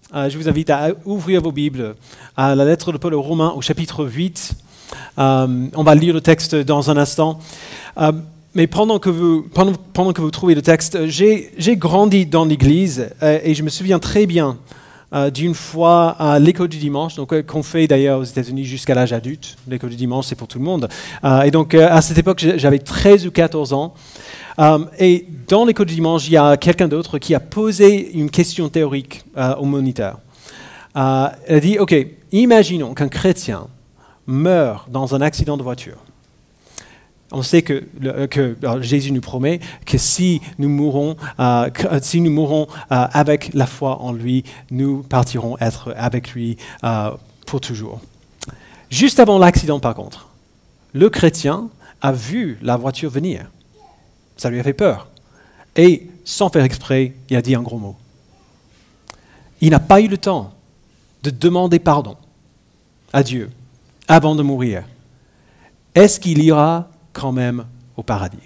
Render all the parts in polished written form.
Je vous invite à ouvrir vos Bibles à la lettre de Paul aux Romains au chapitre 8. On va lire le texte dans un instant. Mais pendant que vous trouvez le texte, j'ai grandi dans l'église et je me souviens très bien d'une fois à l'école du dimanche, donc qu'on fait d'ailleurs aux États-Unis jusqu'à l'âge adulte. L'école du dimanche, c'est pour tout le monde. Et donc à cette époque, j'avais 13 ou 14 ans. Et dans l'école du dimanche, il y a quelqu'un d'autre qui a posé une question théorique au moniteur. Elle a dit, OK, imaginons qu'un chrétien meurt dans un accident de voiture. On sait que Jésus nous promet que si nous mourons avec la foi en lui, nous partirons être avec lui pour toujours. Juste avant l'accident, par contre, le chrétien a vu la voiture venir. Ça lui a fait peur. Et sans faire exprès, il a dit un gros mot. Il n'a pas eu le temps de demander pardon à Dieu avant de mourir. Est-ce qu'il ira quand même au paradis?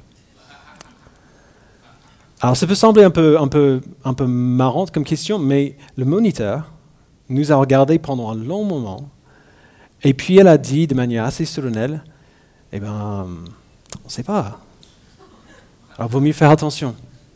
Alors ça peut sembler un peu marrant comme question, mais le moniteur nous a regardé pendant un long moment, et puis elle a dit de manière assez solennelle, on ne sait pas. Alors il vaut mieux faire attention.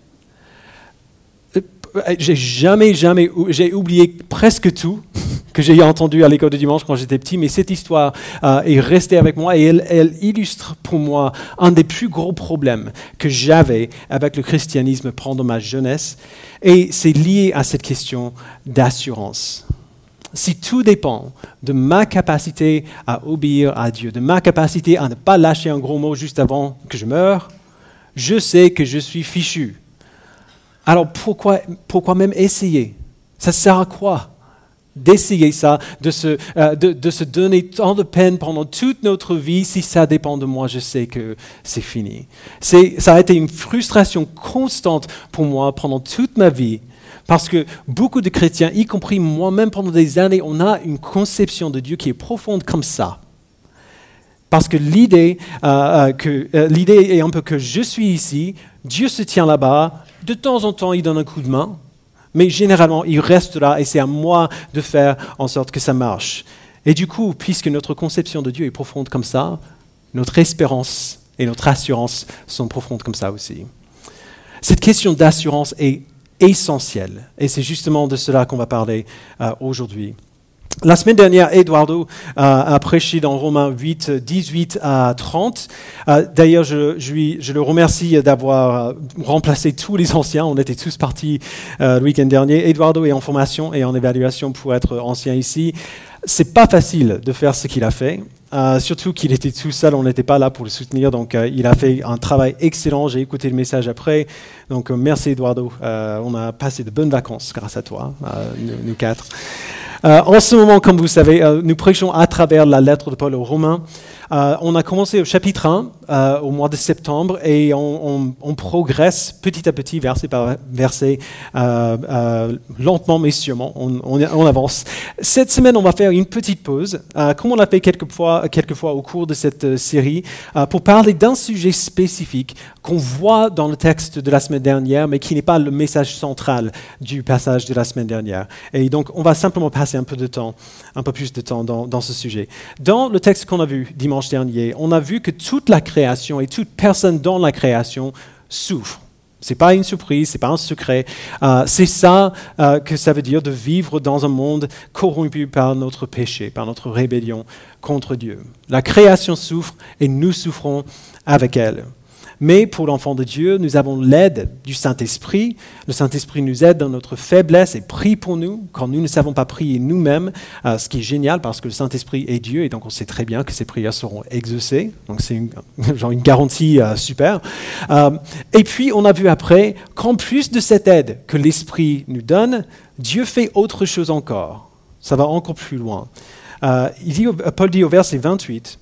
J'ai oublié presque tout que j'ai entendu à l'école de dimanche quand j'étais petit, mais cette histoire est restée avec moi et elle illustre pour moi un des plus gros problèmes que j'avais avec le christianisme pendant ma jeunesse, et c'est lié à cette question d'assurance. Si tout dépend de ma capacité à obéir à Dieu, de ma capacité à ne pas lâcher un gros mot juste avant que je meure, je sais que je suis fichu. Alors pourquoi même essayer? Ça sert à quoi d'essayer ça, de se donner tant de peine pendant toute notre vie? Si ça dépend de moi, je sais que c'est fini. Ça a été une frustration constante pour moi pendant toute ma vie, parce que beaucoup de chrétiens, y compris moi-même pendant des années, on a une conception de Dieu qui est profonde comme ça. Parce que l'idée est un peu que je suis ici, Dieu se tient là-bas, de temps en temps il donne un coup de main, mais généralement il reste là et c'est à moi de faire en sorte que ça marche. Et du coup, puisque notre conception de Dieu est profonde comme ça, notre espérance et notre assurance sont profondes comme ça aussi. Cette question d'assurance est essentielle et c'est justement de cela qu'on va parler aujourd'hui. La semaine dernière, Eduardo a prêché dans Romains 8, 18 à 30. D'ailleurs, je le remercie d'avoir remplacé tous les anciens. On était tous partis le week-end dernier. Eduardo est en formation et en évaluation pour être ancien ici. C'est pas facile de faire ce qu'il a fait. Surtout qu'il était tout seul, on n'était pas là pour le soutenir, donc il a fait un travail excellent. J'ai écouté le message après, donc merci Eduardo. On a passé de bonnes vacances grâce à toi, nous quatre. En ce moment, comme vous savez, nous prêchons à travers la lettre de Paul aux Romains. On a commencé au chapitre 1 au mois de septembre et on progresse petit à petit, verset par verset, lentement mais sûrement, on avance. Cette semaine, on va faire une petite pause, comme on l'a fait quelques fois au cours de cette série, pour parler d'un sujet spécifique qu'on voit dans le texte de la semaine dernière, mais qui n'est pas le message central du passage de la semaine dernière. Et donc, on va simplement passer un peu plus de temps dans ce sujet. Dans le texte qu'on a vu dimanche dernier, on a vu que toute la création et toute personne dans la création souffre. Ce n'est pas une surprise, ce n'est pas un secret. C'est ça que ça veut dire de vivre dans un monde corrompu par notre péché, par notre rébellion contre Dieu. La création souffre et nous souffrons avec elle. Mais pour l'enfant de Dieu, nous avons l'aide du Saint-Esprit. Le Saint-Esprit nous aide dans notre faiblesse et prie pour nous quand nous ne savons pas prier nous-mêmes, ce qui est génial parce que le Saint-Esprit est Dieu et donc on sait très bien que ces prières seront exaucées. Donc c'est une garantie super. Et puis on a vu après qu'en plus de cette aide que l'Esprit nous donne, Dieu fait autre chose encore. Ça va encore plus loin. Paul dit au verset 28,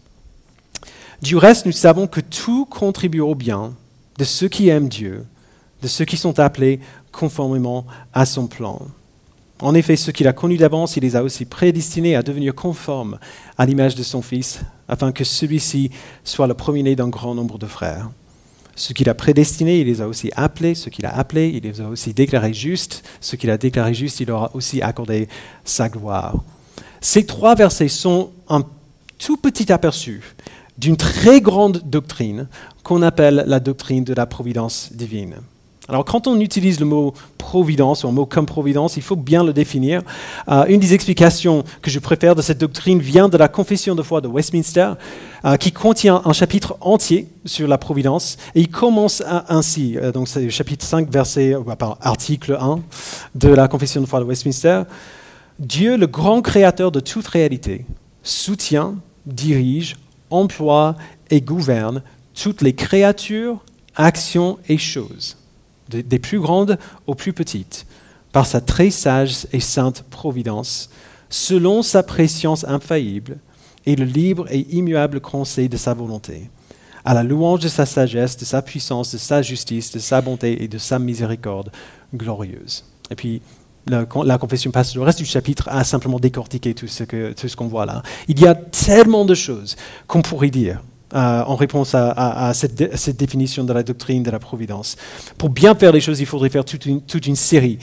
du reste, nous savons que tout contribue au bien de ceux qui aiment Dieu, de ceux qui sont appelés conformément à son plan. En effet, ceux qu'il a connus d'avance, il les a aussi prédestinés à devenir conformes à l'image de son Fils, afin que celui-ci soit le premier-né d'un grand nombre de frères. Ce qu'il a prédestiné, il les a aussi appelés. Ce qu'il a appelés, il les a aussi déclarés justes. Ce qu'il a déclaré juste, il leur a aussi accordé sa gloire. Ces 3 versets sont un tout petit aperçu d'une très grande doctrine qu'on appelle la doctrine de la providence divine. Alors, quand on utilise le mot providence, ou un mot comme providence, il faut bien le définir. Une des explications que je préfère de cette doctrine vient de la Confession de foi de Westminster, qui contient un chapitre entier sur la providence, et il commence ainsi. Donc, c'est le chapitre 5, article 1 de la Confession de foi de Westminster. Dieu, le grand créateur de toute réalité, soutient, dirige, emploie et gouverne toutes les créatures, actions et choses, des plus grandes aux plus petites, par sa très sage et sainte providence, selon sa préscience infaillible et le libre et immuable conseil de sa volonté, à la louange de sa sagesse, de sa puissance, de sa justice, de sa bonté et de sa miséricorde glorieuse. Et puis, la confession passe le reste du chapitre à simplement décortiquer tout ce qu'on voit là. Il y a tellement de choses qu'on pourrait dire en réponse à cette définition de la doctrine de la providence. Pour bien faire les choses, il faudrait faire toute une série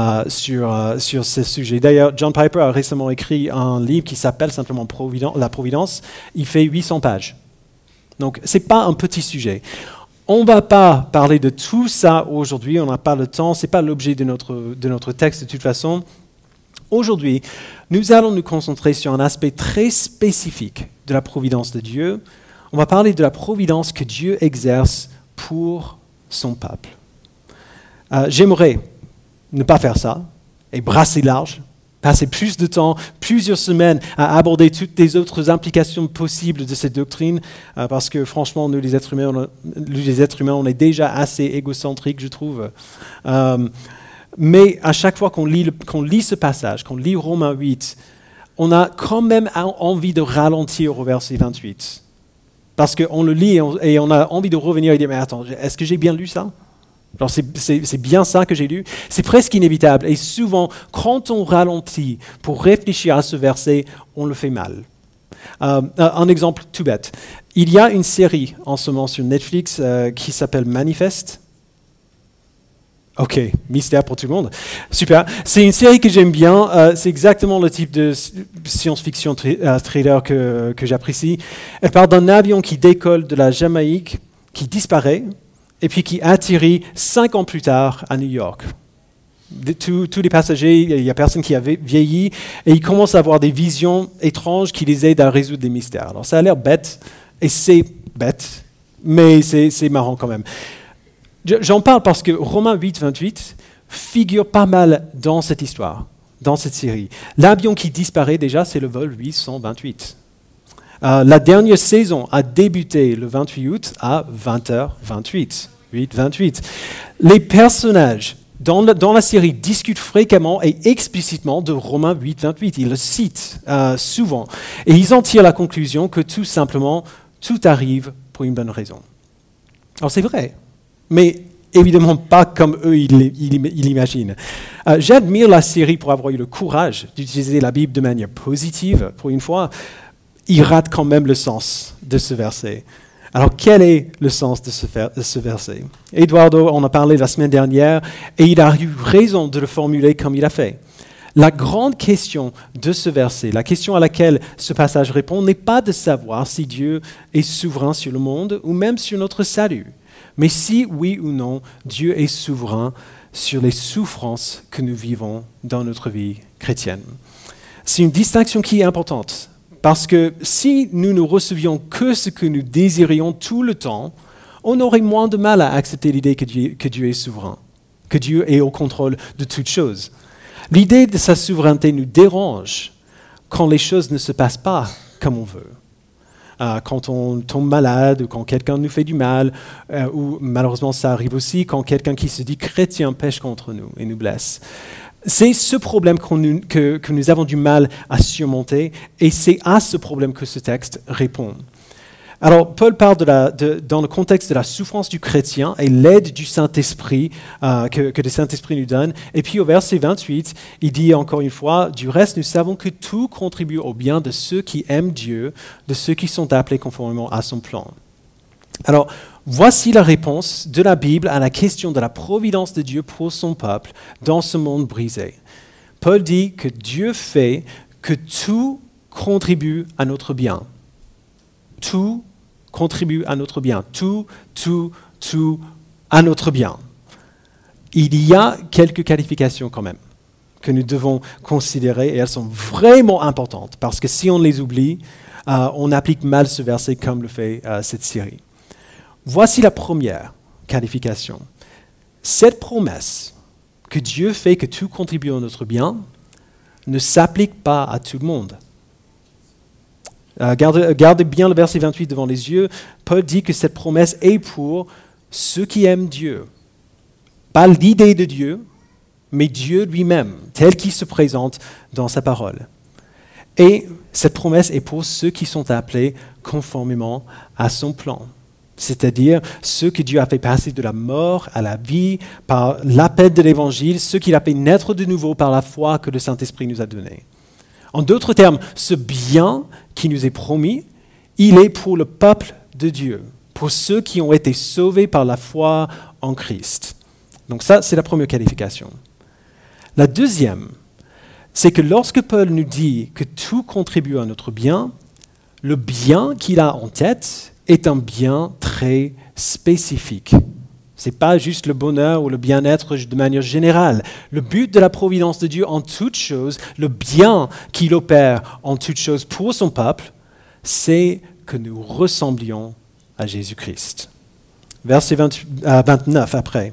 sur ce sujet. D'ailleurs, John Piper a récemment écrit un livre qui s'appelle simplement La Providence. Il fait 800 pages. Donc, ce n'est pas un petit sujet. On ne va pas parler de tout ça aujourd'hui, on n'a pas le temps, ce n'est pas l'objet de notre texte de toute façon. Aujourd'hui, nous allons nous concentrer sur un aspect très spécifique de la providence de Dieu. On va parler de la providence que Dieu exerce pour son peuple. J'aimerais ne pas faire ça et brasser large, passer plus de temps, plusieurs semaines à aborder toutes les autres implications possibles de cette doctrine, parce que franchement, nous les êtres humains, on est déjà assez égocentriques, je trouve. Mais à chaque fois qu'on lit ce passage, qu'on lit Romains 8, on a quand même envie de ralentir au verset 28. Parce qu'on le lit et on a envie de revenir et dire « Mais attends, est-ce que j'ai bien lu ça ?» Alors c'est bien ça que j'ai lu. C'est presque inévitable. Et souvent, quand on ralentit pour réfléchir à ce verset, on le fait mal. Un exemple tout bête. Il y a une série en ce moment sur Netflix qui s'appelle Manifest. Ok, mystère pour tout le monde. Super. C'est une série que j'aime bien. C'est exactement le type de science-fiction thriller que j'apprécie. Elle parle d'un avion qui décolle de la Jamaïque, qui disparaît, et puis qui atterrit 5 ans plus tard à New York. Tous les passagers, il n'y a personne qui a vieilli, et ils commencent à avoir des visions étranges qui les aident à résoudre des mystères. Alors ça a l'air bête, et c'est bête, mais c'est marrant quand même. J'en parle parce que Romains 8, 28 figure pas mal dans cette histoire, dans cette série. L'avion qui disparaît déjà, c'est le vol 828. La dernière saison a débuté le 28 août à 20h28. 8-28. Les personnages dans la série discutent fréquemment et explicitement de Romains 8-28. Ils le citent souvent. Et ils en tirent la conclusion que tout simplement, tout arrive pour une bonne raison. Alors c'est vrai, mais évidemment pas comme eux ils l'imaginent. J'admire la série pour avoir eu le courage d'utiliser la Bible de manière positive pour une fois. Il rate quand même le sens de ce verset. Alors, quel est le sens de ce verset? Eduardo en a parlé la semaine dernière et il a eu raison de le formuler comme il a fait. La grande question de ce verset, la question à laquelle ce passage répond, n'est pas de savoir si Dieu est souverain sur le monde ou même sur notre salut, mais si, oui ou non, Dieu est souverain sur les souffrances que nous vivons dans notre vie chrétienne. C'est une distinction qui est importante. Parce que si nous ne recevions que ce que nous désirions tout le temps, on aurait moins de mal à accepter l'idée que Dieu est souverain, que Dieu est au contrôle de toutes choses. L'idée de sa souveraineté nous dérange quand les choses ne se passent pas comme on veut. Quand on tombe malade ou quand quelqu'un nous fait du mal, ou malheureusement ça arrive aussi quand quelqu'un qui se dit chrétien pêche contre nous et nous blesse. C'est ce problème que nous avons du mal à surmonter et c'est à ce problème que ce texte répond. Alors, Paul parle dans le contexte de la souffrance du chrétien et l'aide du Saint-Esprit que le Saint-Esprit nous donne. Et puis au verset 28, il dit encore une fois, « Du reste, nous savons que tout contribue au bien de ceux qui aiment Dieu, de ceux qui sont appelés conformément à son plan. » Alors, voici la réponse de la Bible à la question de la providence de Dieu pour son peuple dans ce monde brisé. Paul dit que Dieu fait que tout contribue à notre bien. Tout contribue à notre bien. Tout à notre bien. Il y a quelques qualifications quand même que nous devons considérer et elles sont vraiment importantes parce que si on les oublie, on applique mal ce verset comme le fait cette série. Voici la première qualification. Cette promesse que Dieu fait que tout contribue à notre bien ne s'applique pas à tout le monde. Gardez bien le verset 28 devant les yeux. Paul dit que cette promesse est pour ceux qui aiment Dieu. Pas l'idée de Dieu, mais Dieu lui-même, tel qu'il se présente dans sa parole. Et cette promesse est pour ceux qui sont appelés conformément à son plan. C'est-à-dire ceux que Dieu a fait passer de la mort à la vie par l'appel de l'Évangile, ceux qu'il a fait naître de nouveau par la foi que le Saint-Esprit nous a donnée. En d'autres termes, ce bien qui nous est promis, il est pour le peuple de Dieu, pour ceux qui ont été sauvés par la foi en Christ. Donc ça, c'est la première qualification. La deuxième, c'est que lorsque Paul nous dit que tout contribue à notre bien, le bien qu'il a en tête est un bien très spécifique. Ce n'est pas juste le bonheur ou le bien-être de manière générale. Le but de la providence de Dieu en toutes choses, le bien qu'il opère en toutes choses pour son peuple, c'est que nous ressemblions à Jésus-Christ. Verset 29 après.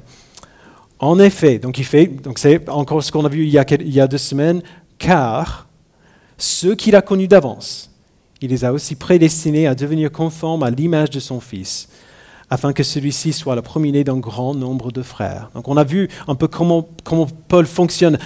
En effet, donc c'est encore ce qu'on a vu il y a 2 semaines, car ceux qu'il a connus d'avance, il les a aussi prédestinés à devenir conformes à l'image de son Fils, afin que celui-ci soit le premier-né d'un grand nombre de frères. Donc on a vu un peu comment Paul fonctionne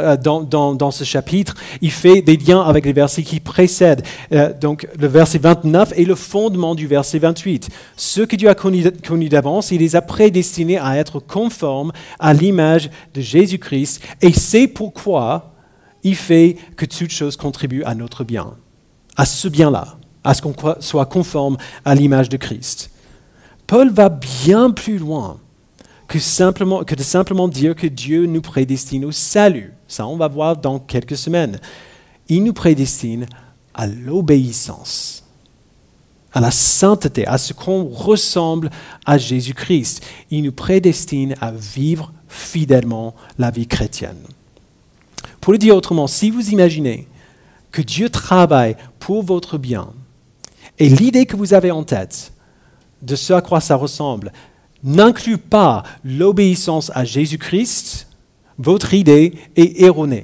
dans ce chapitre. Il fait des liens avec les versets qui précèdent. Donc le verset 29 est le fondement du verset 28. Ceux que Dieu a connus d'avance, il les a prédestinés à être conformes à l'image de Jésus-Christ. Et c'est pourquoi il fait que toutes choses contribuent à notre bien, à ce bien-là, à ce qu'on soit conforme à l'image de Christ. Paul va bien plus loin que de simplement dire que Dieu nous prédestine au salut. Ça, on va voir dans quelques semaines. Il nous prédestine à l'obéissance, à la sainteté, à ce qu'on ressemble à Jésus-Christ. Il nous prédestine à vivre fidèlement la vie chrétienne. Pour le dire autrement, si vous imaginez que Dieu travaille pour votre bien et l'idée que vous avez en tête de ce à quoi ça ressemble n'inclut pas l'obéissance à Jésus-Christ, votre idée est erronée.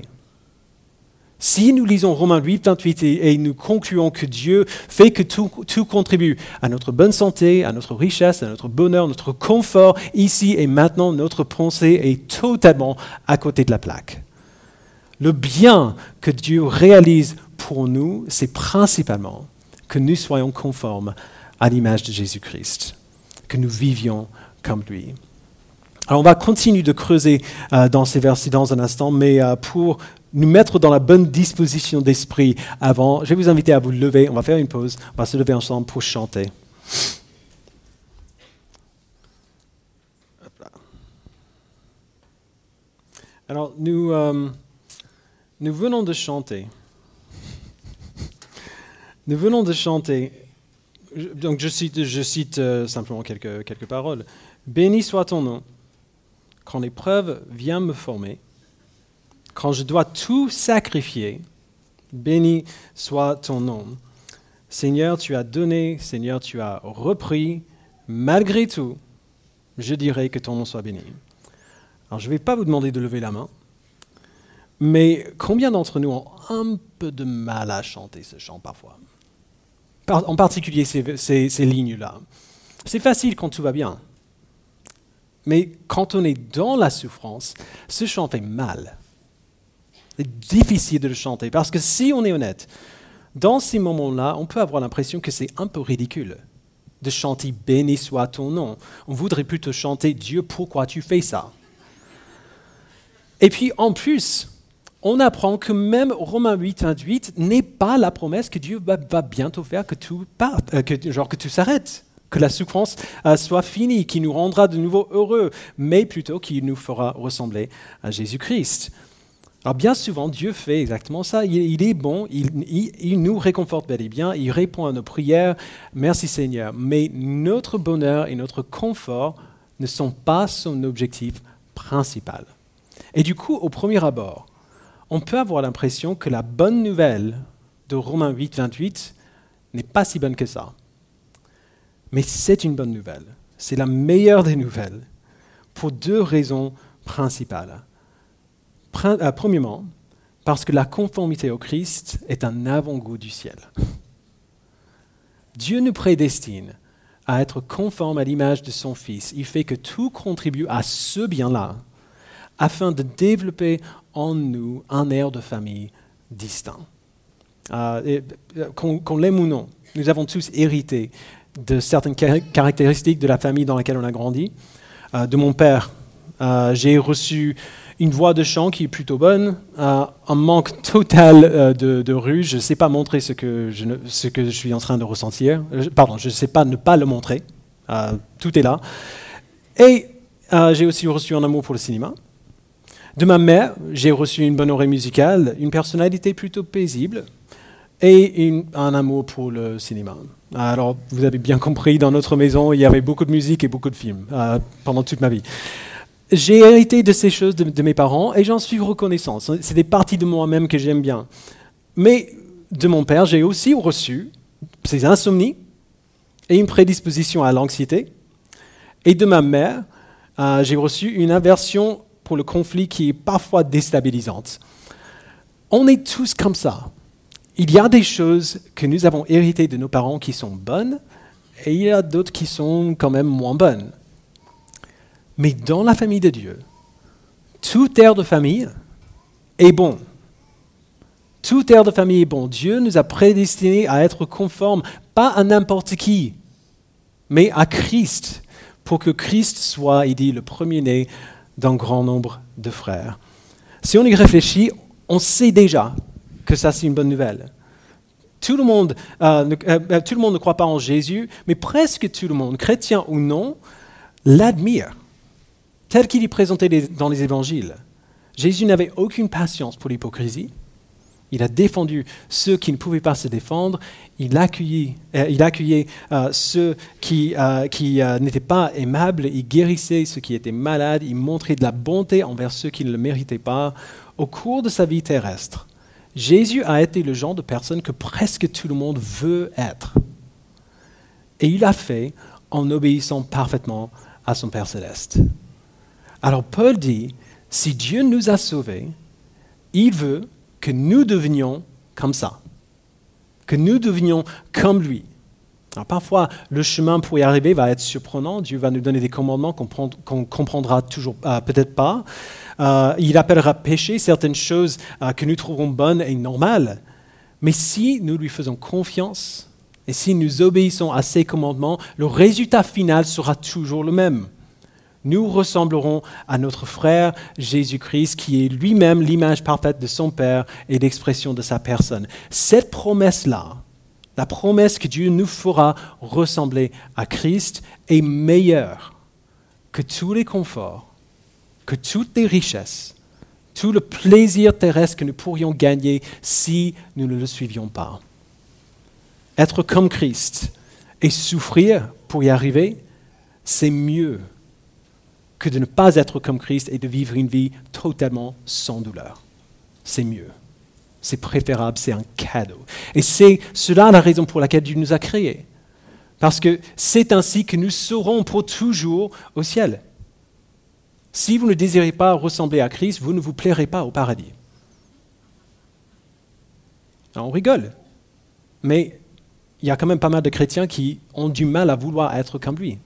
Si nous lisons Romains 8, 28 et nous concluons que Dieu fait que tout contribue à notre bonne santé, à notre richesse, à notre bonheur, notre confort, ici et maintenant, notre pensée est totalement à côté de la plaque. Le bien que Dieu réalise pour nous, c'est principalement que nous soyons conformes à l'image de Jésus-Christ, que nous vivions comme lui. Alors on va continuer de creuser dans ces versets dans un instant, mais pour nous mettre dans la bonne disposition d'esprit avant, je vais vous inviter à vous lever, on va faire une pause, on va se lever ensemble pour chanter. Alors nous venons de chanter. Nous venons de chanter. Donc je cite simplement quelques paroles. Béni soit ton nom, quand l'épreuve vient me former, quand je dois tout sacrifier, béni soit ton nom. Seigneur, tu as donné, Seigneur, tu as repris, malgré tout, je dirais que ton nom soit béni. Alors je ne vais pas vous demander de lever la main, mais combien d'entre nous ont un peu de mal à chanter ce chant parfois ? En particulier ces lignes-là. C'est facile quand tout va bien. Mais quand on est dans la souffrance, ce chant fait mal. C'est difficile de le chanter parce que si on est honnête, dans ces moments-là, on peut avoir l'impression que c'est un peu ridicule de chanter « Béni soit ton nom ». On voudrait plutôt chanter « Dieu, pourquoi tu fais ça ?» Et puis en plus, on apprend que même Romains 8, 28 n'est pas la promesse que Dieu va bientôt faire que tout s'arrête. que la souffrance soit finie, qui nous rendra de nouveau heureux, mais plutôt qui nous fera ressembler à Jésus-Christ. Alors bien souvent, Dieu fait exactement ça. Il est bon, il nous réconforte bel et bien, il répond à nos prières. Merci Seigneur. Mais notre bonheur et notre confort ne sont pas son objectif principal. Et du coup, au premier abord, on peut avoir l'impression que la bonne nouvelle de Romains 8, 28 n'est pas si bonne que ça. Mais c'est une bonne nouvelle. C'est la meilleure des nouvelles pour deux raisons principales. Premièrement, parce que la conformité au Christ est un avant-goût du ciel. Dieu nous prédestine à être conformes à l'image de son Fils. Il fait que tout contribue à ce bien-là, afin de développer en nous un air de famille distinct. Qu'on l'aime ou non, nous avons tous hérité de certaines caractéristiques de la famille dans laquelle on a grandi. De mon père, j'ai reçu une voix de chant qui est plutôt bonne, un manque total de ruse. Je ne sais pas montrer ce que je suis en train de ressentir. Je ne sais pas ne pas le montrer. Tout est là. Et j'ai aussi reçu un amour pour le cinéma. De ma mère, j'ai reçu une bonne oreille musicale, une personnalité plutôt paisible et un amour pour le cinéma. Alors, vous avez bien compris, dans notre maison, il y avait beaucoup de musique et beaucoup de films pendant toute ma vie. J'ai hérité de ces choses de mes parents et j'en suis reconnaissant. C'est des parties de moi-même que j'aime bien. Mais de mon père, j'ai aussi reçu ses insomnies et une prédisposition à l'anxiété. Et de ma mère, j'ai reçu une aversion pour le conflit qui est parfois déstabilisante. On est tous comme ça. Il y a des choses que nous avons héritées de nos parents qui sont bonnes et il y a d'autres qui sont quand même moins bonnes. Mais dans la famille de Dieu, tout air de famille est bon. Tout air de famille est bon. Dieu nous a prédestinés à être conformes, pas à n'importe qui, mais à Christ, pour que Christ soit, il dit, le premier-né d'un grand nombre de frères. Si on y réfléchit, on sait déjà que ça, c'est une bonne nouvelle. Tout le monde ne croit pas en Jésus, mais presque tout le monde, chrétien ou non, l'admire, tel qu'il est présenté dans les évangiles. Jésus n'avait aucune patience pour l'hypocrisie. Il a défendu ceux qui ne pouvaient pas se défendre. Il accueillait ceux qui n'étaient pas aimables. Il guérissait ceux qui étaient malades. Il montrait de la bonté envers ceux qui ne le méritaient pas. Au cours de sa vie terrestre, Jésus a été le genre de personne que presque tout le monde veut être. Et il l'a fait en obéissant parfaitement à son Père céleste. Alors Paul dit, si Dieu nous a sauvés, il veut que nous devenions comme ça, que nous devenions comme lui. Alors parfois, le chemin pour y arriver va être surprenant. Dieu va nous donner des commandements qu'on comprendra toujours peut-être pas. Il appellera péché certaines choses que nous trouverons bonnes et normales. Mais si nous lui faisons confiance et si nous obéissons à ses commandements, le résultat final sera toujours le même. Nous ressemblerons à notre frère Jésus-Christ, qui est lui-même l'image parfaite de son Père et l'expression de sa personne. Cette promesse-là, la promesse que Dieu nous fera ressembler à Christ, est meilleure que tous les conforts, que toutes les richesses, tout le plaisir terrestre que nous pourrions gagner si nous ne le suivions pas. Être comme Christ et souffrir pour y arriver, c'est mieux que de ne pas être comme Christ et de vivre une vie totalement sans douleur. C'est mieux. C'est préférable, c'est un cadeau. Et c'est cela la raison pour laquelle Dieu nous a créés. Parce que c'est ainsi que nous serons pour toujours au ciel. Si vous ne désirez pas ressembler à Christ, vous ne vous plairez pas au paradis. Alors on rigole, mais il y a quand même pas mal de chrétiens qui ont du mal à vouloir être comme lui.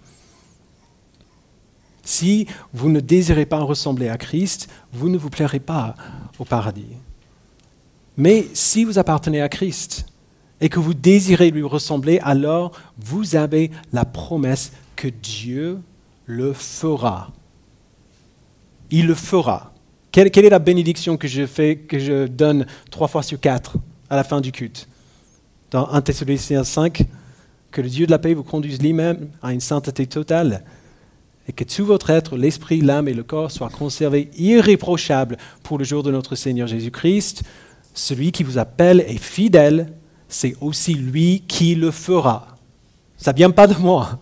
Si vous ne désirez pas ressembler à Christ, vous ne vous plairez pas au paradis. Mais si vous appartenez à Christ et que vous désirez lui ressembler, alors vous avez la promesse que Dieu le fera. Il le fera. Quelle est la bénédiction que je donne 3 fois sur 4 à la fin du culte? Dans 1 Thessaloniciens 5, que le Dieu de la paix vous conduise lui-même à une sainteté totale, et que tout votre être, l'esprit, l'âme et le corps soient conservés irréprochables pour le jour de notre Seigneur Jésus-Christ. Celui qui vous appelle est fidèle, c'est aussi lui qui le fera. Ça ne vient pas de moi.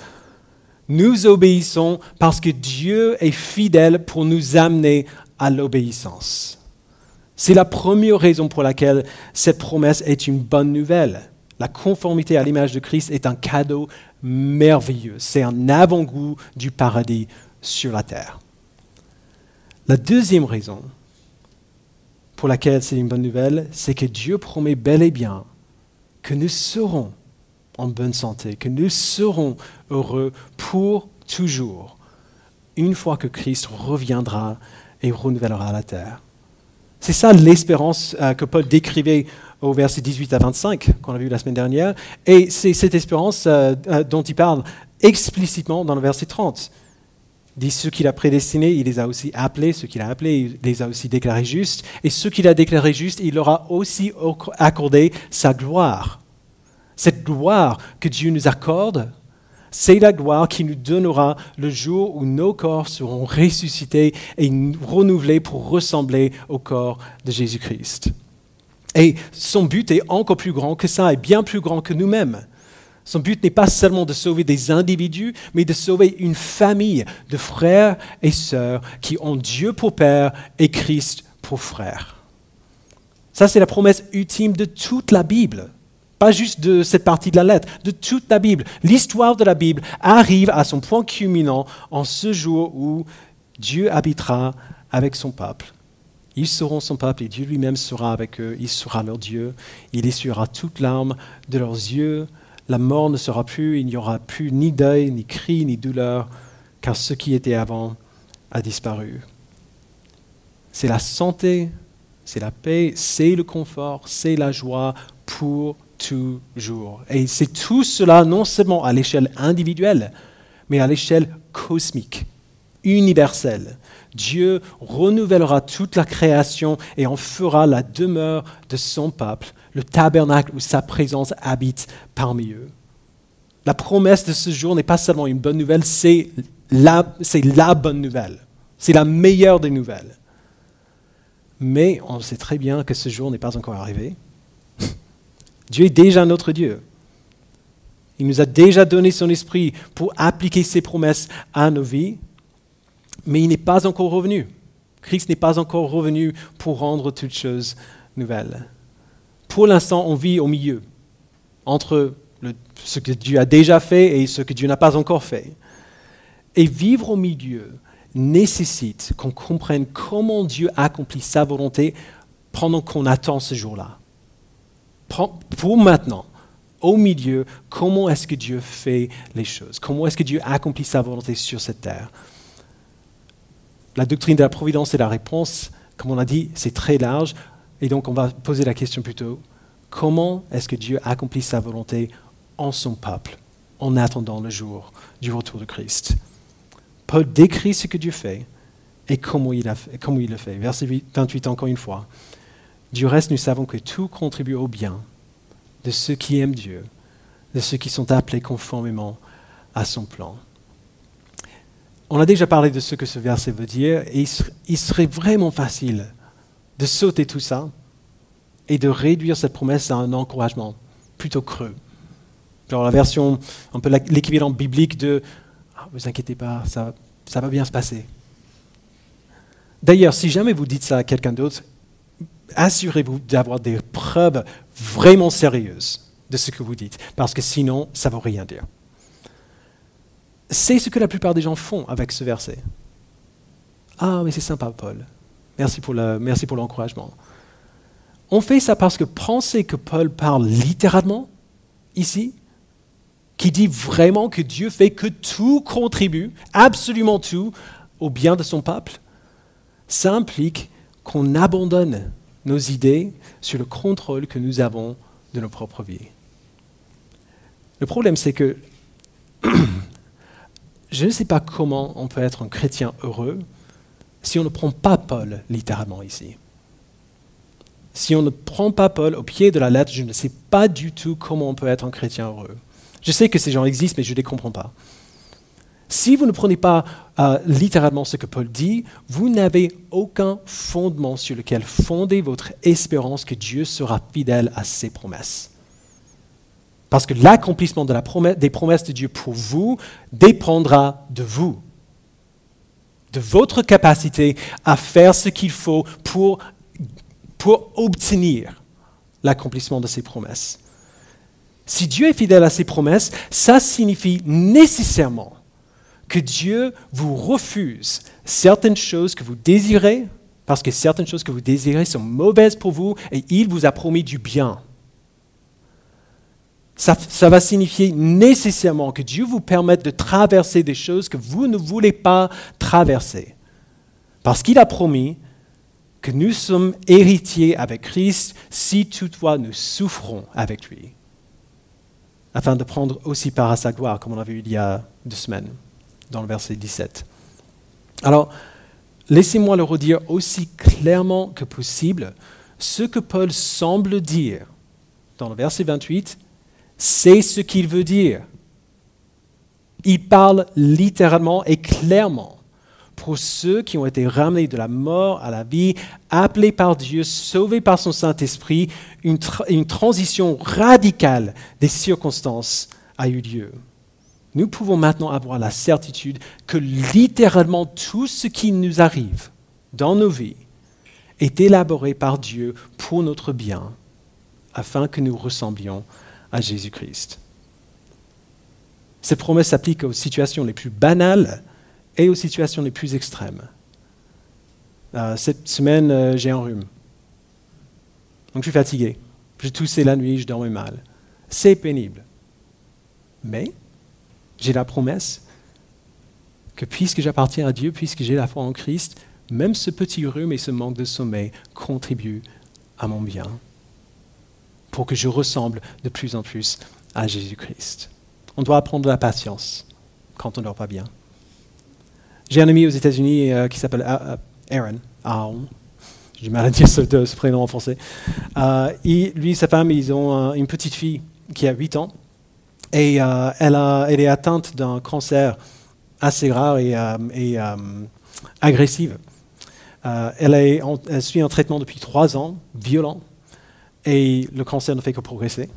Nous obéissons parce que Dieu est fidèle pour nous amener à l'obéissance. C'est la première raison pour laquelle cette promesse est une bonne nouvelle. La conformité à l'image de Christ est un cadeau merveilleux. C'est un avant-goût du paradis sur la terre. La deuxième raison pour laquelle c'est une bonne nouvelle, c'est que Dieu promet bel et bien que nous serons en bonne santé, que nous serons heureux pour toujours, une fois que Christ reviendra et renouvellera la terre. C'est ça l'espérance que Paul décrivait au verset 18 à 25, qu'on a vu la semaine dernière, et c'est cette espérance dont il parle explicitement dans le verset 30. Il dit, ceux qu'il a prédestinés, il les a aussi appelés, ceux qu'il a appelés, il les a aussi déclarés justes, et ceux qu'il a déclarés justes, il leur a aussi accordé sa gloire. Cette gloire que Dieu nous accorde, c'est la gloire qui nous donnera le jour où nos corps seront ressuscités et renouvelés pour ressembler au corps de Jésus-Christ. Et son but est encore plus grand que ça, et bien plus grand que nous-mêmes. Son but n'est pas seulement de sauver des individus, mais de sauver une famille de frères et sœurs qui ont Dieu pour Père et Christ pour frère. Ça, c'est la promesse ultime de toute la Bible. Pas juste de cette partie de la lettre, de toute la Bible. L'histoire de la Bible arrive à son point culminant en ce jour où Dieu habitera avec son peuple. Ils seront son peuple et Dieu lui-même sera avec eux. Il sera leur Dieu. Il essuiera toute larme de leurs yeux. La mort ne sera plus. Il n'y aura plus ni deuil, ni cri, ni douleur, car ce qui était avant a disparu. C'est la santé, c'est la paix, c'est le confort, c'est la joie pour toujours. Et c'est tout cela non seulement à l'échelle individuelle, mais à l'échelle cosmique, universelle. Dieu renouvellera toute la création et en fera la demeure de son peuple, le tabernacle où sa présence habite parmi eux. La promesse de ce jour n'est pas seulement une bonne nouvelle, c'est la bonne nouvelle. C'est la meilleure des nouvelles. Mais on sait très bien que ce jour n'est pas encore arrivé. Dieu est déjà notre Dieu. Il nous a déjà donné son esprit pour appliquer ses promesses à nos vies, mais il n'est pas encore revenu. Christ n'est pas encore revenu pour rendre toutes choses nouvelles. Pour l'instant, on vit au milieu, entre ce que Dieu a déjà fait et ce que Dieu n'a pas encore fait. Et vivre au milieu nécessite qu'on comprenne comment Dieu accomplit sa volonté pendant qu'on attend ce jour-là. Pour maintenant, au milieu, comment est-ce que Dieu fait les choses? Comment est-ce que Dieu accomplit sa volonté sur cette terre? La doctrine de la providence est la réponse. Comme on a dit, c'est très large. Et donc, on va poser la question plutôt, comment est-ce que Dieu accomplit sa volonté en son peuple, en attendant le jour du retour de Christ? Paul décrit ce que Dieu fait et comment il le fait. Verset 28, encore une fois. Du reste, nous savons que tout contribue au bien de ceux qui aiment Dieu, de ceux qui sont appelés conformément à son plan. On a déjà parlé de ce que ce verset veut dire, et il serait vraiment facile de sauter tout ça et de réduire cette promesse à un encouragement plutôt creux. Genre la version, un peu l'équivalent biblique de « vous inquiétez pas, ça va bien se passer ». D'ailleurs, si jamais vous dites ça à quelqu'un d'autre, assurez-vous d'avoir des preuves vraiment sérieuses de ce que vous dites, parce que sinon, ça ne vaut rien dire. C'est ce que la plupart des gens font avec ce verset. Ah, mais c'est sympa, Paul. Merci pour l'encouragement. On fait ça parce que pensez que Paul parle littéralement, ici, qui dit vraiment que Dieu fait que tout contribue, absolument tout, au bien de son peuple. Ça implique qu'on abandonne nos idées sur le contrôle que nous avons de nos propres vies. Le problème, c'est que je ne sais pas comment on peut être un chrétien heureux si on ne prend pas Paul littéralement ici. Si on ne prend pas Paul au pied de la lettre, je ne sais pas du tout comment on peut être un chrétien heureux. Je sais que ces gens existent, mais je ne les comprends pas. Si vous ne prenez pas littéralement ce que Paul dit, vous n'avez aucun fondement sur lequel fonder votre espérance que Dieu sera fidèle à ses promesses. Parce que l'accomplissement des promesses de Dieu pour vous dépendra de vous, de votre capacité à faire ce qu'il faut pour obtenir l'accomplissement de ses promesses. Si Dieu est fidèle à ses promesses, ça signifie nécessairement que Dieu vous refuse certaines choses que vous désirez, parce que certaines choses que vous désirez sont mauvaises pour vous et il vous a promis du bien. Ça va signifier nécessairement que Dieu vous permette de traverser des choses que vous ne voulez pas traverser. Parce qu'il a promis que nous sommes héritiers avec Christ si toutefois nous souffrons avec lui, afin de prendre aussi part à sa gloire, comme on a vu il y a 2 semaines, dans le verset 17. Alors, laissez-moi le redire aussi clairement que possible. Ce que Paul semble dire dans le verset 28, c'est ce qu'il veut dire. Il parle littéralement et clairement pour ceux qui ont été ramenés de la mort à la vie, appelés par Dieu, sauvés par son Saint-Esprit, une transition radicale des circonstances a eu lieu. Nous pouvons maintenant avoir la certitude que littéralement tout ce qui nous arrive dans nos vies est élaboré par Dieu pour notre bien, afin que nous ressemblions à Jésus-Christ. Cette promesse s'applique aux situations les plus banales et aux situations les plus extrêmes. Cette semaine, j'ai un rhume. Donc je suis fatigué. J'ai toussé la nuit, je dormais mal. C'est pénible. Mais j'ai la promesse que puisque j'appartiens à Dieu, puisque j'ai la foi en Christ, même ce petit rhume et ce manque de sommeil contribuent à mon bien, pour que je ressemble de plus en plus à Jésus-Christ. On doit apprendre la patience quand on ne dort pas bien. J'ai un ami aux États-Unis qui s'appelle Aaron. J'ai du mal à dire ce prénom en français. Lui et sa femme, ils ont une petite fille qui a 8 ans. Et elle est atteinte d'un cancer assez rare et agressif. Elle suit un traitement depuis 3 ans, violent, et le cancer ne fait que progresser.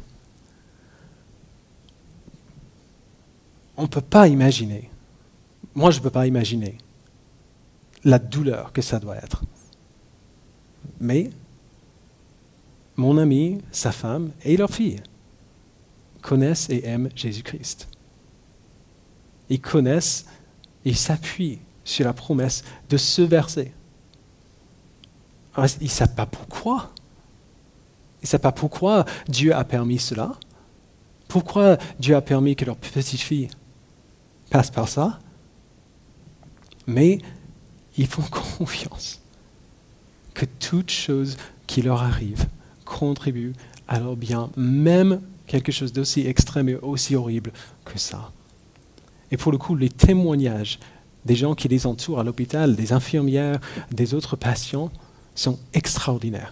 On ne peut pas imaginer, moi je ne peux pas imaginer la douleur que ça doit être. Mais mon ami, sa femme et leur fille connaissent et aiment Jésus-Christ. Ils connaissent et s'appuient sur la promesse de ce verset. Alors, ils ne savent pas pourquoi. Ils ne savent pas pourquoi Dieu a permis cela. Pourquoi Dieu a permis que leur petite fille passe par ça. Mais ils font confiance que toute chose qui leur arrive contribue à leur bien, même quelque chose d'aussi extrême et aussi horrible que ça. Et pour le coup, les témoignages des gens qui les entourent à l'hôpital, des infirmières, des autres patients, sont extraordinaires.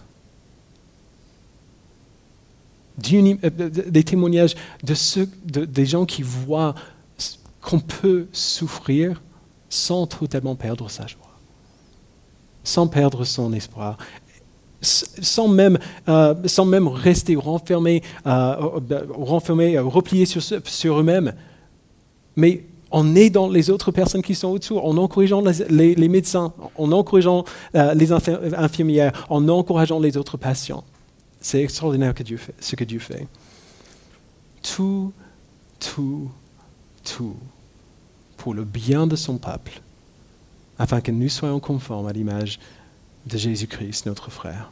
Des témoignages des gens qui voient qu'on peut souffrir sans totalement perdre sa joie, sans perdre son espoir, sans même rester renfermés, repliés sur eux-mêmes, mais en aidant les autres personnes qui sont autour, en encourageant les médecins, en encourageant les infirmières, en encourageant les autres patients. C'est extraordinaire ce que Dieu fait. Tout pour le bien de son peuple, afin que nous soyons conformes à l'image de Jésus-Christ, notre frère.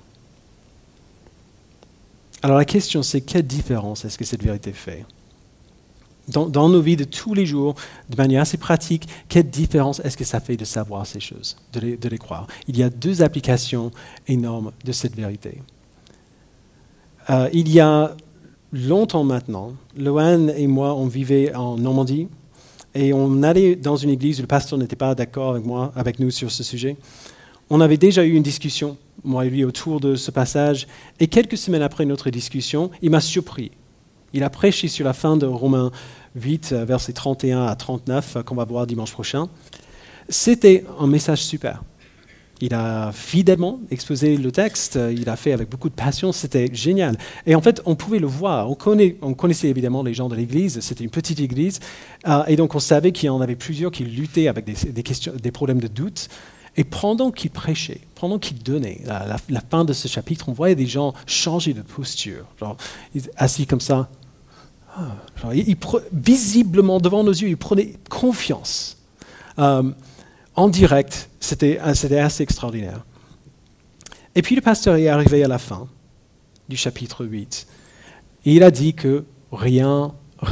Alors la question, c'est quelle différence est-ce que cette vérité fait ? Dans nos vies de tous les jours, de manière assez pratique, quelle différence est-ce que ça fait de savoir ces choses, de les croire ? Il y a 2 applications énormes de cette vérité. Il y a longtemps maintenant, Loane et moi, on vivait en Normandie et on allait dans une église où le pasteur n'était pas d'accord avec nous sur ce sujet. On avait déjà eu une discussion, moi et lui, autour de ce passage, et quelques semaines après notre discussion, il m'a surpris. Il a prêché sur la fin de Romains 8, versets 31 à 39, qu'on va voir dimanche prochain. C'était un message super. Il a fidèlement exposé le texte, il a fait avec beaucoup de passion, c'était génial. Et en fait, on pouvait le voir, on connaissait évidemment les gens de l'église, c'était une petite église, et donc on savait qu'il y en avait plusieurs qui luttaient avec des problèmes de doute. Et pendant qu'il prêchait, pendant qu'il donnait la fin de ce chapitre, on voyait des gens changer de posture, genre assis comme ça. Genre, visiblement devant nos yeux, ils prenaient confiance. En direct, c'était assez extraordinaire. Et puis le pasteur est arrivé à la fin du chapitre 8. Et il a dit que rien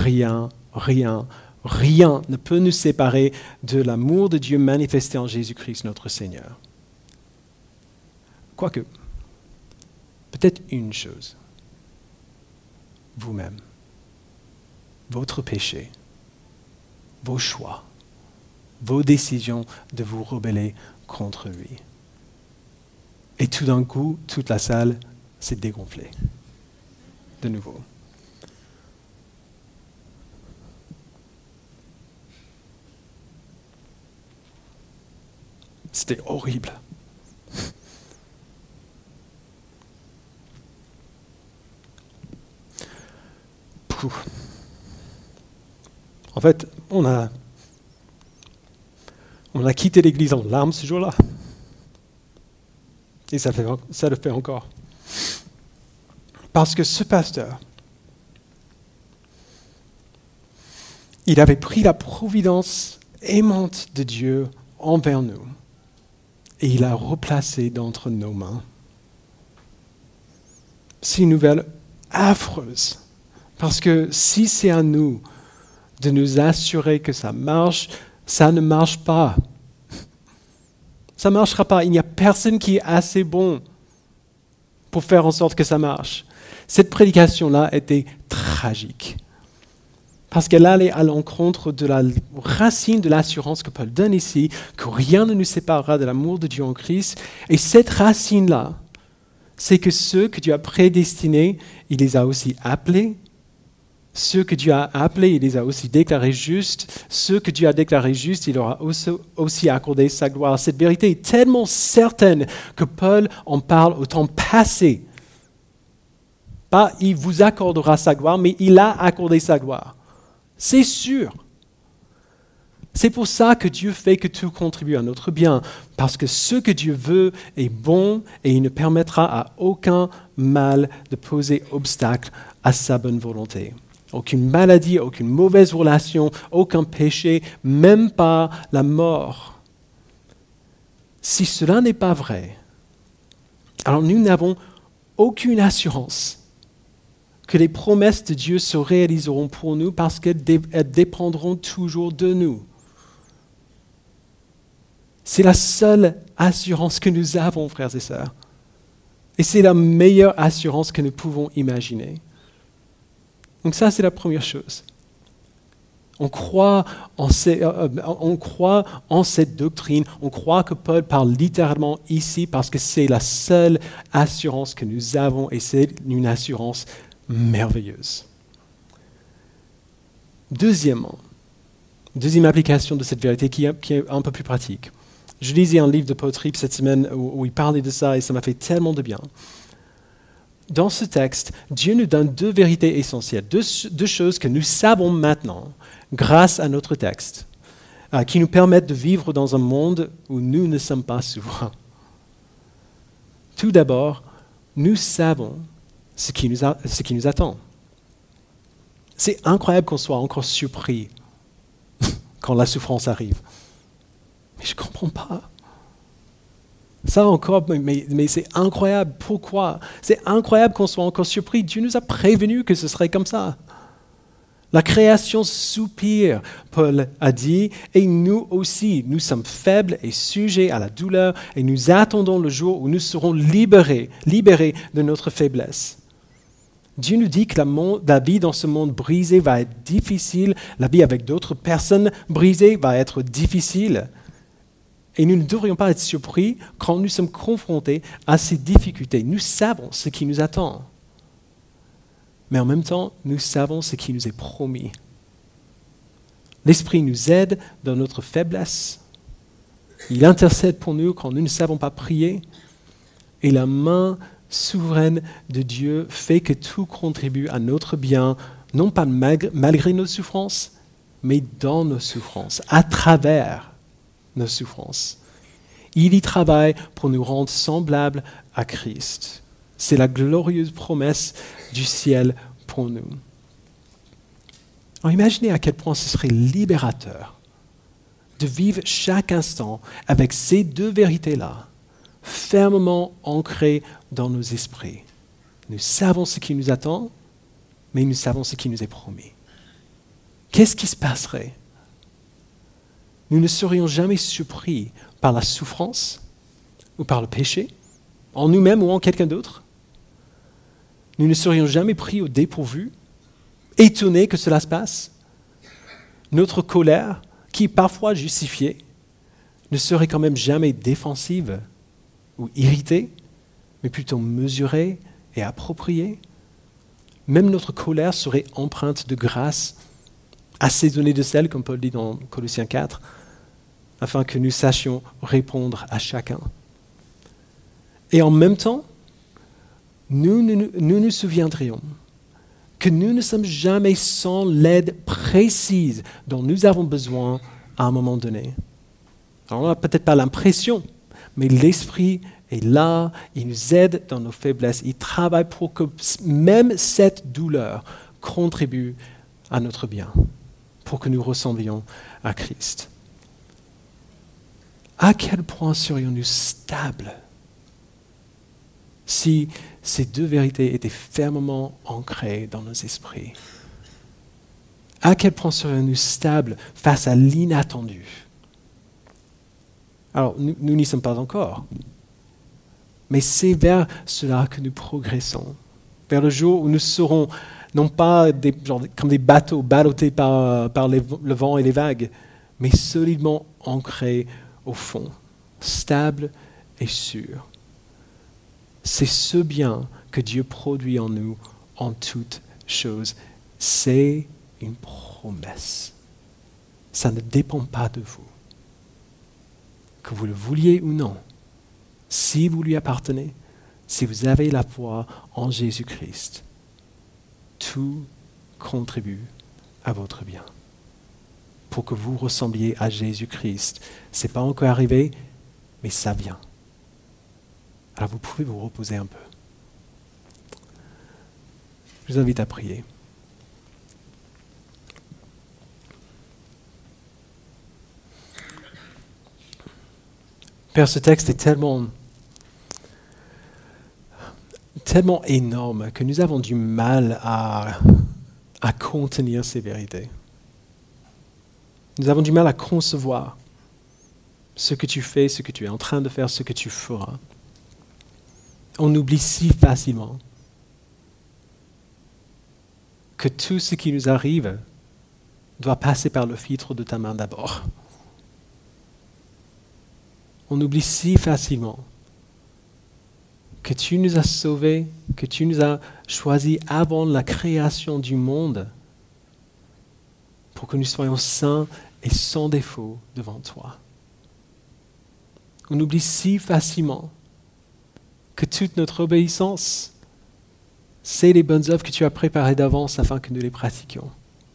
ne peut nous séparer de l'amour de Dieu manifesté en Jésus-Christ notre Seigneur. Quoique, peut-être une chose, vous-même, votre péché, vos choix, vos décisions de vous rebeller contre lui. Et tout d'un coup, toute la salle s'est dégonflée. De nouveau. C'était horrible. Pouf. En fait, on a quitté l'église en larmes ce jour-là. Et ça le fait encore. Parce que ce pasteur, il avait pris la providence aimante de Dieu envers nous et il l'a replacé d'entre nos mains. C'est une nouvelle affreuse. Parce que si c'est à nous de nous assurer que ça marche, ça ne marche pas. Ça ne marchera pas. Il n'y a personne qui est assez bon pour faire en sorte que ça marche. Cette prédication-là était tragique. Parce qu'elle allait à l'encontre de la racine de l'assurance que Paul donne ici, que rien ne nous séparera de l'amour de Dieu en Christ. Et cette racine-là, c'est que ceux que Dieu a prédestinés, il les a aussi appelés. Ceux que Dieu a appelés, il les a aussi déclarés justes. Ceux que Dieu a déclarés justes, il leur a aussi accordé sa gloire. Cette vérité est tellement certaine que Paul en parle au temps passé. Pas il vous accordera sa gloire, mais il a accordé sa gloire. C'est sûr. C'est pour ça que Dieu fait que tout contribue à notre bien. Parce que ce que Dieu veut est bon et il ne permettra à aucun mal de poser obstacle à sa bonne volonté. Aucune maladie, aucune mauvaise relation, aucun péché, même pas la mort. Si cela n'est pas vrai, alors nous n'avons aucune assurance que les promesses de Dieu se réaliseront pour nous parce qu'elles dépendront toujours de nous. C'est la seule assurance que nous avons, frères et sœurs. Et c'est la meilleure assurance que nous pouvons imaginer. Donc ça, c'est la première chose. On croit en cette doctrine, on croit que Paul parle littéralement ici parce que c'est la seule assurance que nous avons et c'est une assurance merveilleuse. Deuxième application de cette vérité qui est un peu plus pratique. Je lisais un livre de Paul Tripp cette semaine où il parlait de ça et ça m'a fait tellement de bien. Dans ce texte, Dieu nous donne deux vérités essentielles, deux choses que nous savons maintenant grâce à notre texte, qui nous permettent de vivre dans un monde où nous ne sommes pas souverains. Tout d'abord, nous savons ce qui nous attend. C'est incroyable qu'on soit encore surpris quand la souffrance arrive. Mais je ne comprends pas. Ça encore, mais c'est incroyable. Pourquoi? C'est incroyable qu'on soit encore surpris. Dieu nous a prévenu que ce serait comme ça. La création soupire, Paul a dit, et nous aussi, nous sommes faibles et sujets à la douleur, et nous attendons le jour où nous serons libérés de notre faiblesse. Dieu nous dit que la vie dans ce monde brisé va être difficile, la vie avec d'autres personnes brisées va être difficile. Et nous ne devrions pas être surpris quand nous sommes confrontés à ces difficultés. Nous savons ce qui nous attend. mais en même temps, nous savons ce qui nous est promis. L'Esprit nous aide dans notre faiblesse. Il intercède pour nous quand nous ne savons pas prier. Et la main souveraine de Dieu fait que tout contribue à notre bien, non pas malgré nos souffrances, mais dans nos souffrances, à travers nos souffrances. Il y travaille pour nous rendre semblables à Christ. C'est la glorieuse promesse du ciel pour nous. Alors imaginez à quel point ce serait libérateur de vivre chaque instant avec ces deux vérités-là, fermement ancrées dans nos esprits. Nous savons ce qui nous attend, mais nous savons ce qui nous est promis. Qu'est-ce qui se passerait? Nous ne serions jamais surpris par la souffrance ou par le péché, en nous-mêmes ou en quelqu'un d'autre. Nous ne serions jamais pris au dépourvu, étonnés que cela se passe. Notre colère, qui est parfois justifiée, ne serait quand même jamais défensive ou irritée, mais plutôt mesurée et appropriée. Même notre colère serait empreinte de grâce, assaisonnée de sel, comme Paul dit dans Colossiens 4, afin que nous sachions répondre à chacun. Et en même temps, nous nous souviendrions que nous ne sommes jamais sans l'aide précise dont nous avons besoin à un moment donné. Alors on n'a peut-être pas l'impression, mais l'Esprit est là, il nous aide dans nos faiblesses, il travaille pour que même cette douleur contribue à notre bien, pour que nous ressemblions à Christ. À quel point serions-nous stables si ces deux vérités étaient fermement ancrées dans nos esprits? À quel point serions-nous stables face à l'inattendu? Alors, nous n'y sommes pas encore, mais c'est vers cela que nous progressons, vers le jour où nous serons non pas comme des bateaux ballottés par le vent et les vagues, mais solidement ancrés au fond, stables et sûrs. C'est ce bien que Dieu produit en nous en toutes choses. C'est une promesse. Ça ne dépend pas de vous. Que vous le vouliez ou non, si vous lui appartenez, si vous avez la foi en Jésus-Christ, tout contribue à votre bien. Pour que vous ressembliez à Jésus-Christ. Ce n'est pas encore arrivé, mais ça vient. Alors vous pouvez vous reposer un peu. Je vous invite à prier. Père, ce texte est tellement énorme que nous avons du mal à contenir ces vérités. Nous avons du mal à concevoir ce que tu fais, ce que tu es en train de faire, ce que tu feras. On oublie si facilement que tout ce qui nous arrive doit passer par le filtre de ta main d'abord. On oublie si facilement que tu nous as sauvés, que tu nous as choisis avant la création du monde pour que nous soyons saints et sans défaut devant toi. On oublie si facilement que toute notre obéissance, c'est les bonnes œuvres que tu as préparées d'avance afin que nous les pratiquions.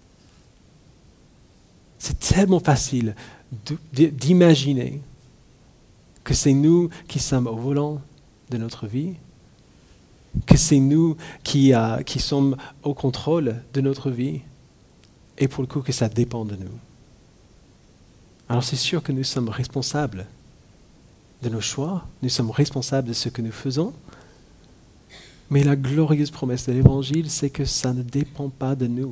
C'est tellement facile d'imaginer que c'est nous qui sommes au volant de notre vie, que c'est nous qui sommes au contrôle de notre vie, et pour le coup que ça dépend de nous. Alors c'est sûr que nous sommes responsables de nos choix, nous sommes responsables de ce que nous faisons, mais la glorieuse promesse de l'Évangile, c'est que ça ne dépend pas de nous.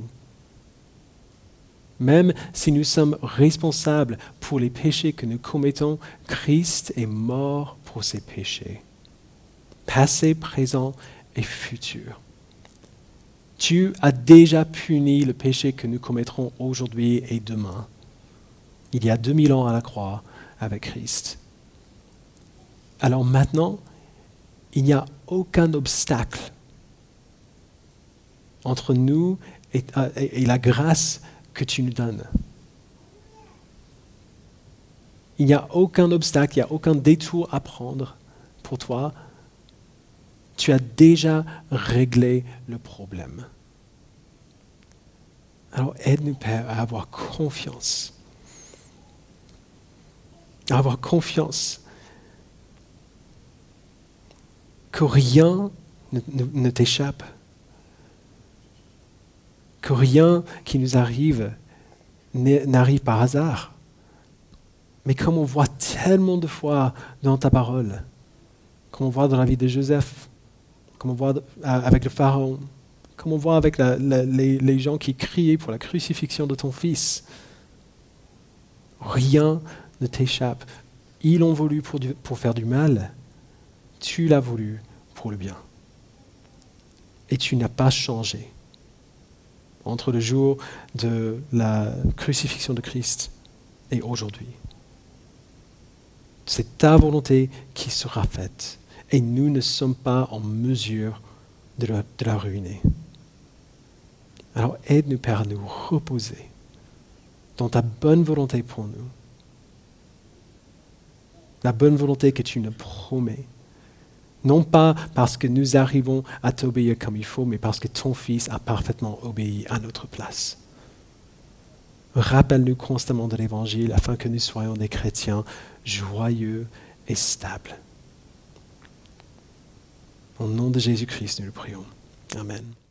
Même si nous sommes responsables pour les péchés que nous commettons, Christ est mort pour ces péchés, passé, présent et futur. Tu as déjà puni le péché que nous commettrons aujourd'hui et demain, il y a 2000 ans à la croix avec Christ. Alors maintenant, il n'y a aucun obstacle entre nous et la grâce que tu nous donnes. Il n'y a aucun obstacle, il n'y a aucun détour à prendre pour toi. Tu as déjà réglé le problème. Alors aide-nous, Père, à avoir confiance. À avoir confiance que rien ne t'échappe. Que rien qui nous arrive n'arrive par hasard. Mais comme on voit tellement de fois dans ta parole, comme on voit dans la vie de Joseph, comme on voit avec le Pharaon, comme on voit avec les gens qui criaient pour la crucifixion de ton fils, rien ne t'échappe. Ils l'ont voulu pour faire du mal, tu l'as voulu pour le bien. Et tu n'as pas changé entre le jour de la crucifixion de Christ et aujourd'hui. C'est ta volonté qui sera faite. Et nous ne sommes pas en mesure de la ruiner. Alors aide-nous, Père, à nous reposer dans ta bonne volonté pour nous. La bonne volonté que tu nous promets. Non pas parce que nous arrivons à t'obéir comme il faut, mais parce que ton Fils a parfaitement obéi à notre place. Rappelle-nous constamment de l'Évangile afin que nous soyons des chrétiens joyeux et stables. Au nom de Jésus-Christ, nous le prions. Amen.